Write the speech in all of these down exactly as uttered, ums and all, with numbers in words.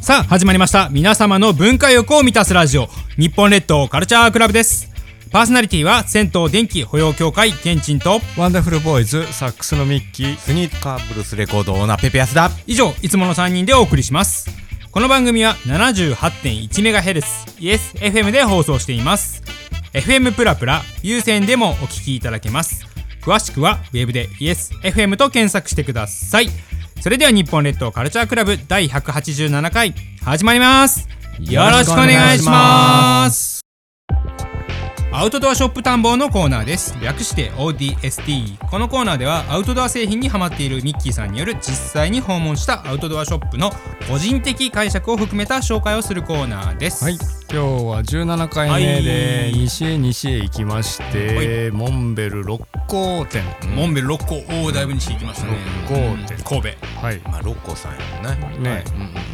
さあ始まりました。皆様の文化欲を満たすラジオ、日本列島カルチャークラブです。パーソナリティは銭湯電気保養協会ケンチンとワンダフルボーイズサックスのミッキー、 スニーカーブルースレコードオーナーペペヤスだ。 以上いつものさんにんでお送りします。この番組は ななじゅうはちてんいちメガヘルツ イエスエフエム で放送しています。 エフエム プラプラ有線でもお聞きいただけます。詳しくはウェブで イエスエフエム と検索してください。それでは日本列島カルチャークラブだいひゃくはちじゅうななかい始まります。よろしくお願いします。アウトドアショップ探訪のコーナーです。略して オーディーエスティー。 このコーナーではアウトドア製品にハマっているミッキーさんによる実際に訪問したアウトドアショップの個人的解釈を含めた紹介をするコーナーです。 はい、今日はじゅうななかいめで西へ西へ行きまして、はい、モンベル六甲店、 うん、モンベル六甲、おおだいぶ西行きましたね。 六甲店、 神戸、 はい、まあ六甲さんやもんね。 ね、 はい、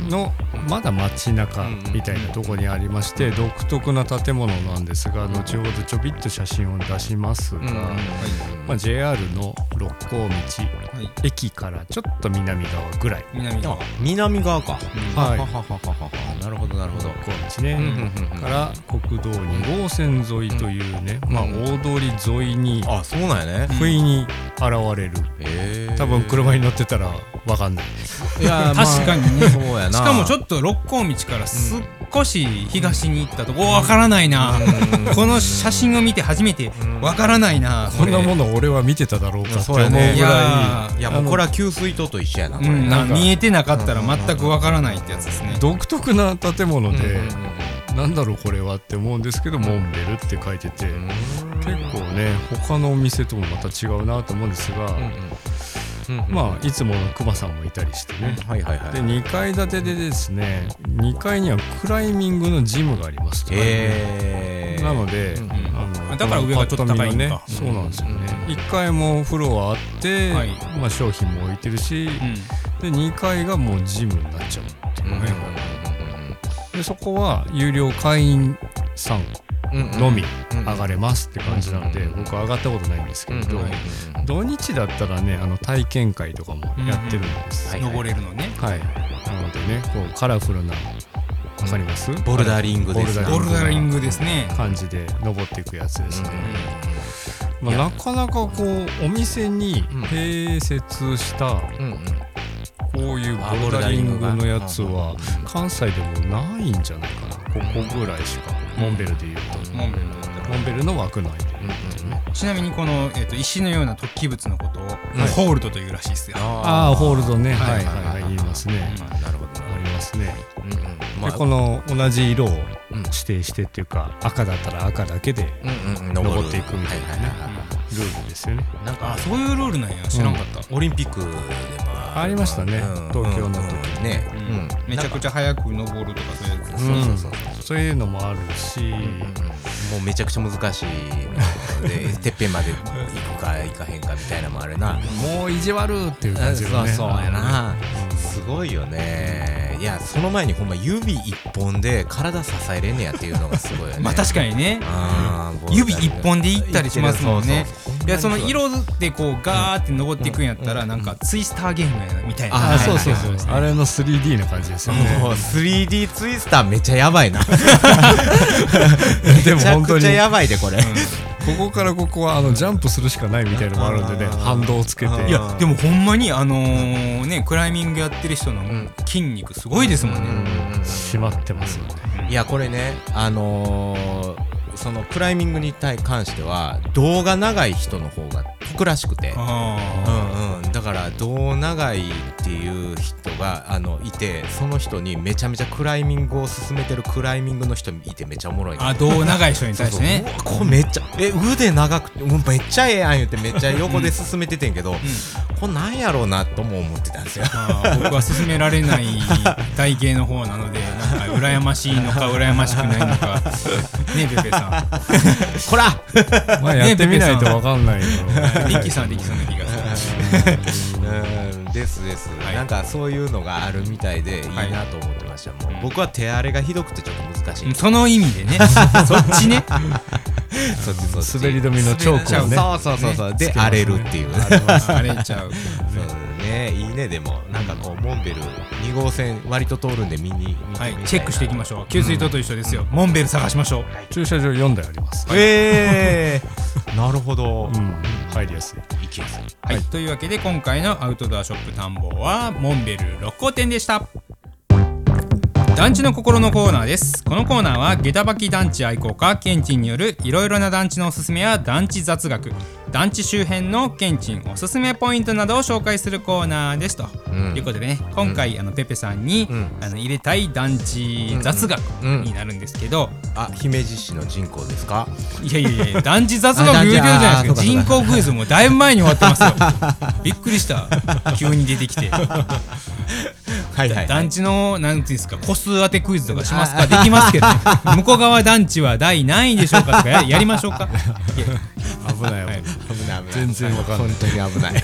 のまだ街中みたいなとこにありまして、独特な建物なんですが、後ほどちょびっと写真を出しますが、うん、はい、まあ、ジェイアール の六甲道、はい、駅からちょっと南側ぐらい。 南側、 南側か、 うん、はい、 ははははは、なるほどなるほど。 六甲道ね、うん、から国道に号線沿いというね、うん、まあ大通り沿いに、 あ、そうなんやね、 不意に現れる、えー、多分車に乗ってたら分かんない。 いや確かにね、 そうやな。 しかもちょっと六甲道からすっ少し東に行ったとこ、わからないな、この写真を見て初めてわからないな、 こんなもの俺は見てただろうかって思うぐらい、 いや、いやもうこれは給水塔と一緒やな、これ、うん、 なんか見えてなかったら全くわからないってやつですね。 独特な建物で、うん、なんだろうこれはって思うんですけど、モンベルって書いてて、結構ね他のお店ともまた違うなと思うんですが、うんうん、まあいつものクマさんもいたりしてね、はいはいはい、でにかい建てでですね、にかいにはクライミングのジムがありますと、へー、なので、うんうん、あのだから上がちょっと高いんか、 ね、そうなんですよね、うん、いっかいもフロアあって、はい、まあ、商品も置いてるし、うん、でにかいがもうジムになっちゃうっていうね、うん、でそこは有料会員さんのみ上がれますって感じなので、僕は上がったことないんですけれど、土日だったらね、あの体験会とかもやってるんです、 登れるのね、 はい、なのでね、こうカラフルな、わかります？ ボルダリングですね。 ボルダリングですね。 感じで登っていくやつですね。まあ、なかなかこうお店に併設したこういうボルダリングのやつは関西でもないんじゃないかな。ここぐらいしか、モンベルでいうと、モンベルだったらモンベルの枠内で、うんうん、 ちなみにこの、えー、と石のような突起物のことを、はい、ホールドというらしいですよ。 ああ、ホールドね、はいはいはい、言いますね、うん、なるほど、ありますね、うんうん、まあ、でこの同じ色を指定してっていうか、赤だったら赤だけで登っていくみたいなね、ルールですよね。 なんか、あ、そういうルールなんや、知らんかった、 うん、オリンピックでもありましたね、うん、東京の時にね、 うんうん、めちゃくちゃ早く登るとかそういうやつ、うん、そうそうそう、 そういうのもあるし、うん、もうめちゃくちゃ難しいのでてっぺんまで行くか行かへんかみたいなのもあるな、 もう意地悪っていう感じのね、 そうそうやな、うん、すごいよね。いや、その前にほんま指一本で体支えれんねやっていうのがすごいよね。 まあ確かにね、指一本で行ったりしますもんね。いや、その色でこうガーって登っていくんやったら、なんかツイスターゲームやなみたいな。 あ、そうそうそう、あれの スリーディー な感じですよね。 もう スリーディー ツイスターめっちゃやばいな。 でも本当にめちゃくちゃやばいでこれ、うん、 ここからここはあのジャンプするしかないみたいなのもあるんでね、反動をつけて。 いやでもほんまにあのー、ね、クライミングやってる人の筋肉すごいですもんね、うん、 締まってますよね。 いやこれね、あのー、そのクライミングに関しては動画長い人の方が得らしくて、うんうん、だから動長いっていう人があのいて、その人にめちゃめちゃクライミングを進めてるクライミングの人いてめっちゃおもろい、ね、 あ、動長い人に対してね。 そうそう、これめっちゃえ腕長くてもうめっちゃええやん言ってめっちゃ横で進めててんけど、うん、これなんやろうなとも思ってたんですよ。 あ、僕は進められない体型の方なので、なんか羨ましいのか羨ましくないのかね、ペペさんこらまあやってみないと分かんないよ。 リッキーさんできそうな気がする。 うんですです、はい、なんかそういうのがあるみたいでいいなと思ってました、はい、もう僕は手荒れがひどくてちょっと難しい、 その意味でねそっちねそっちそっち滑り止めのチョークをね、 そうそうそうそう、ね、で荒れるっていう、 荒れちゃうそうね、 ね、いいね。でもなんかこうモンベルに号線割と通るんで見に見てみたいな、 はい、チェックしていきましょう。給水塔と一緒ですよ、モンベル探しましょう。 駐車場よんだいあります。 えー、なるほど、 うん、入りやすい、 行きやすい。 はい、というわけで今回のアウトドアショップ探訪はモンベルろく号店でした。団地の心のコーナーです。このコーナーは下駄履き団地愛好家ケンチンによるいろいろな団地のおすすめや団地雑学、団地周辺のケンチンおすすめポイントなどを紹介するコーナーですと、うん、いうことでね、今回、うん、あのペペさんに、うん、あの入れたい団地雑学になるんですけど、 うんうん、あ、姫路市の人口ですか？ いやいやいや、団地雑学言うてるじゃないですか。人口クイズもだいぶ前に終わってますよ。びっくりした、急に出てきて。はいはいはい、団地のなんていうんですか、個数当てクイズとかしますか？できますけどね。向こう側団地は第何位でしょうかとか や, やりましょうか。 危ない、はい、危ない危ない、全然わかんない、 本当に危ない、はい、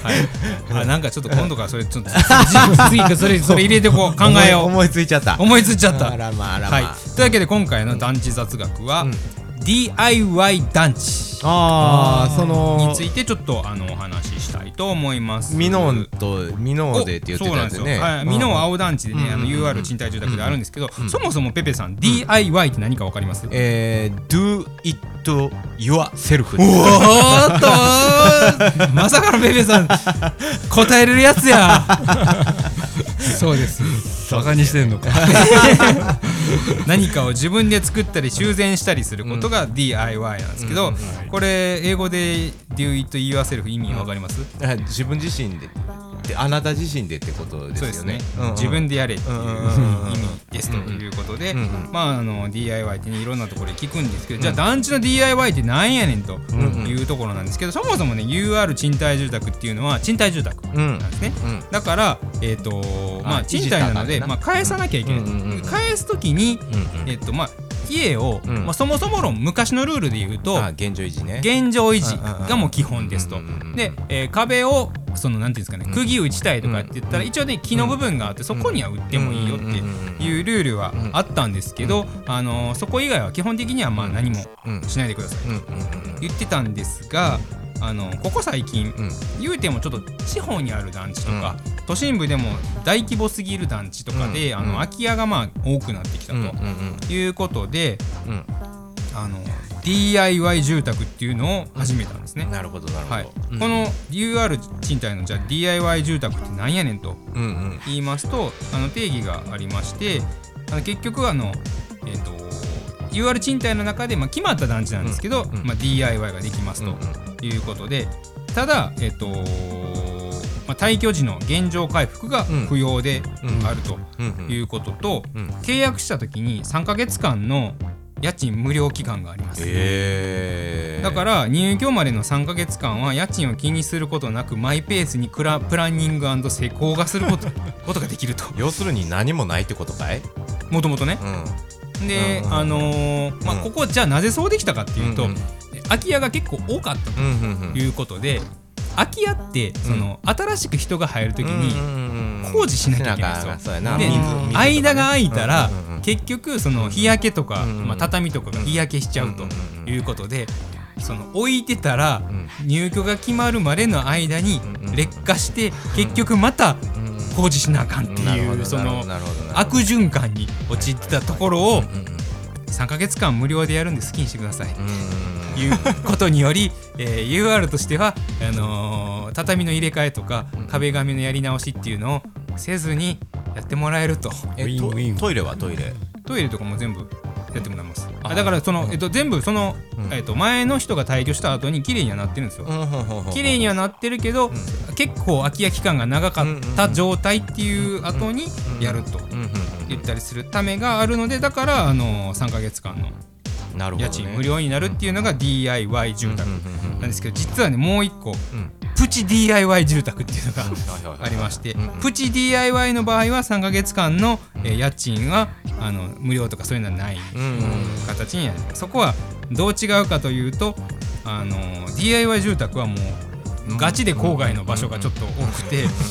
あ、なんかちょっと今度からそれちょっと次かそれそれ入れてこう、考えよう。 思いついちゃった思いついちゃった。 あらまああらまあ、 はい、というわけで今回の団地雑学は、うん、ディーアイワイ 団地ああそのについてちょっとあのお話ししたいと思います。 ミノンとミノーゼって言ってたやつね。 はい、ミノー青団地でね、あの ユーアール 賃貸住宅であるんですけど、そもそもペペさん ディーアイワイ って何かわかります？ えー、do it yourself。 おーっとまさかのペペさん答えれるやつや。そうです。 バカにしてんのか。 何かを自分で作ったり修繕したりすることが ディーアイワイ なんですけど、これ英語で do it yourself 意味わかります？ 自分自身で、あなた自身でってことですよね。 そうですね、うんうん、自分でやれっていう意味ですということで、まああの ディーアイワイ ってね、いろんなところで聞くんですけど、うん、じゃあ団地の ディーアイワイ ってなんやねんというところなんですけど、そもそもね ユーアール 賃貸住宅っていうのは賃貸住宅なんですね、うんうん、だからえっ、ー、とまあ賃貸なので、まあ、返さなきゃいけない、うんうんうん、返すときに、うんうん、えっ、ー、とまあ家を、うん、まあ、そもそも論昔のルールで言うと現状維持ね、 現状維持がもう基本ですと。で、えー、壁をそのなんていうんですかね、釘打ちたいとかって言ったら一応ね木の部分があって、そこには打ってもいいよっていうルールはあったんですけど、あのー、そこ以外は基本的にはまあ何もしないでくださいと言ってたんですが、あのここ最近、うん、言うてもちょっと地方にある団地とか、うん、都心部でも大規模すぎる団地とかで、うん、あの空き家がまあ多くなってきたということで、うんうん、あの ディーアイワイ 住宅っていうのを始めたんですね。 なるほどなるほど、はい、 うん、この ユーアール 賃貸のじゃあ ディーアイワイ 住宅ってなんやねんと言いますと、あの定義がありまして、あの結局あのえっとユーアール 賃貸の中で、まあ、決まった団地なんですけど、うんうん、まあ、ディーアイワイ ができますということで、ただ、えっとまあ、退去時の現状回復が不要であるということと、契約した時にさんかげつかんの家賃無料期間があります、えー、だから入居までのさんかげつかんは家賃を気にすることなくマイペースにクラプランニング&施工がすることことができると。 要するに何もないってことかい、 もともとね、うん、で、うん、あのーまあ、ここじゃあなぜそうできたかっていうと、うんうん、空き家が結構多かったということで、うんうんうん、空き家ってその、うん、新しく人が入るときに工事しなきゃいけないんですよ。で、間が空いたら、うんうん、結局その日焼けとか、うんうん、まあ、畳とかが日焼けしちゃうということで、その置いてたら入居が決まるまでの間に劣化して結局また工事しなあかんっていうその悪循環に陥ってたところをさんかげつかん無料でやるんで好きにしてくださいということにより、えー、ユーアール としてはあのー、畳の入れ替えとか壁紙のやり直しっていうのをせずにやってもらえると。 えっと、トイレはトイレトイレとかも全部やってもらいます。あ、だからその、えっと、全部その、うん、えっと、前の人が退去した後に綺麗にはなってるんですよ、うん、綺麗にはなってるけど、うん、結構空き家期間が長かった状態っていう後にやると言ったりするためがあるので、だからあのさんかげつかんの家賃無料になるっていうのが ディーアイワイ 住宅なんですけど、実はねもう一個、うん、プチ ディーアイワイ 住宅っていうのがありまして、プチ ディーアイワイ の場合はさんかげつかんの、えー、家賃はあの無料とかそういうのはない形になります。そこはどう違うかというと、あの ディーアイワイ 住宅はもうガチで郊外の場所がちょっと多くて、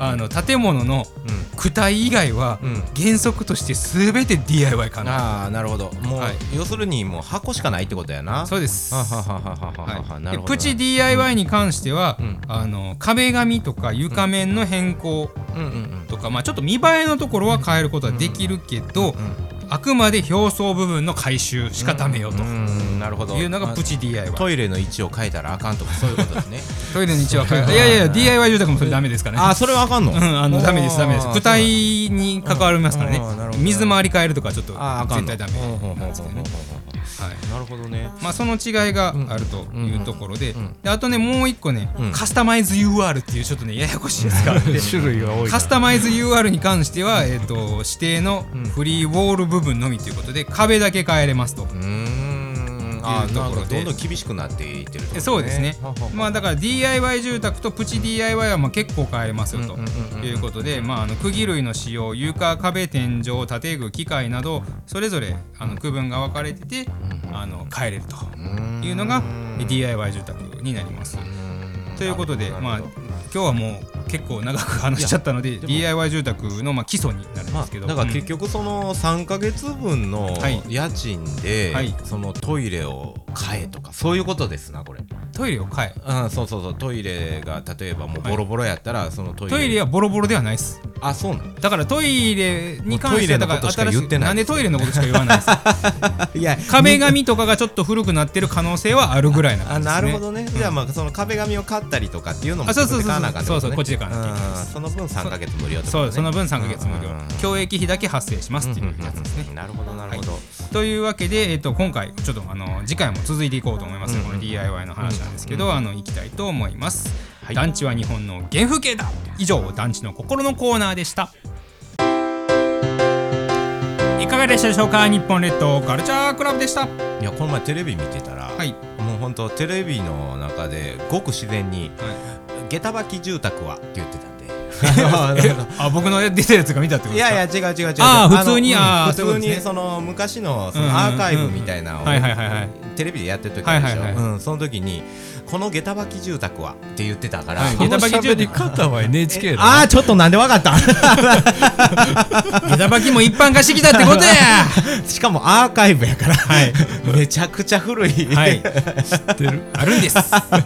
あの建物の躯体以外は原則として全て ディーアイワイ 可能。 ああなるほど。もう、 はい、 要するにもう箱しかないってことやな。 そうです。 ははははははなるほど。 プチ ディーアイワイ に関しては、うん、あの壁紙とか床面の変更とか、まあちょっと見栄えのところは変えることはできるけど、うんうんうん、あくまで表層部分の改修しかダメよというのがプチ ディーアイワイ。 トイレの位置を変えたらあかんとかそういうことですね。 トイレの位置は変えいやいやいや ディーアイワイ 住宅もそれダメですからね。 あそれはあかんの、 うん、あのダメですダメです。躯体に関わりますからね。水回り変えるとかちょっと絶対ダメなんですけどね。はい、なるほどね。まあその違いがあるというところで、であとねもう一個ね、うん、カスタマイズ ユーアール っていうちょっとねややこしいやつがあって種類が多い。 カスタマイズ ユーアール に関しては、えー、と指定のフリーウォール部分のみということで壁だけ変えれますと。うーんあーなんかどんどん厳しくなっていってると、ね、 そうですね。まあだから ディーアイワイ 住宅とプチ ディーアイワイ はまあ結構変えれますよということで、まああの釘類の使用、床、壁、天井、建具、機械などそれぞれあの区分が分かれててあの変えれるというのが ディーアイワイ 住宅になります。ということで、まあ今日はもう結構長く話しちゃったので ディーアイワイ 住宅のまあ基礎になるんですけど、 まあ、だから結局そのさんかげつぶんの家賃で、はい、そのトイレを買えとかそういうことですなこれ。 トイレを買え、 うん、そうそうそうトイレが例えばもうボロボロやったら、はい、そのトイレトイレはボロボロではないです。 あそうなの。 だからトイレに関してはだから新しいなんでトイレのことしか言わないですいや壁紙とかがちょっと古くなってる可能性はあるぐらいな感じですね。 あなるほどね、うん、じゃあまあその壁紙を買ったりとかっていうのも自分で買わなあかんってことね。 そうそうこっちで買わなきゃいけないです。 その分さんかげつ無料ってことね。 そうその分さんかげつ無料、共益費だけ発生しますっていうやつですね。 なるほどなるほど、はい、 というわけで、えー、と今回ちょっとあの次回も続いていこうと思いますので、この ディーアイワイ の話なんですけど、あのいきたいと思います、はい、団地は日本の原風景だ。以上団地の心のコーナーでした。いかがでしたでしょうか。日本列島カルチャークラブでした。 いやこの前テレビ見てたら、はい、もう本当テレビの中でごく自然に、はい、下駄履き住宅はって言ってたんであ僕の出てるやつが見たってことですか。 いやいや違う違う違う。 あ普通にあ、うん、普通にその昔のそのアーカイブみたいなのをテレビでやってる時あるでしょ。その時にこの下駄履き住宅はって言ってたから、 はい、下駄履き住宅方は エヌエイチケーだ。あーちょっとなんでわかった下駄履きも一般化してきたってことやしかもアーカイブやから、はい、めちゃくちゃ古い、 はい、知ってるあるんです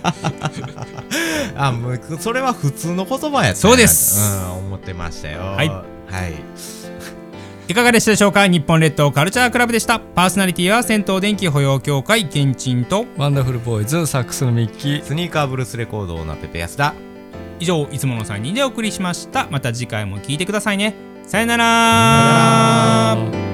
あもうそれは普通の言葉やった。 そうです、 うん、思ってましたよ。はい、はいいかがでしたでしょうか。日本列島カルチャークラブでした。パーソナリティは銭湯電気保養協会ケンチンとワンダフルボーイズサックスのミッキー、 スニーカーブルースレコードオーナーペペヤスだ。 以上いつものさんにんでお送りしました。また次回も聞いてくださいね。さよなら。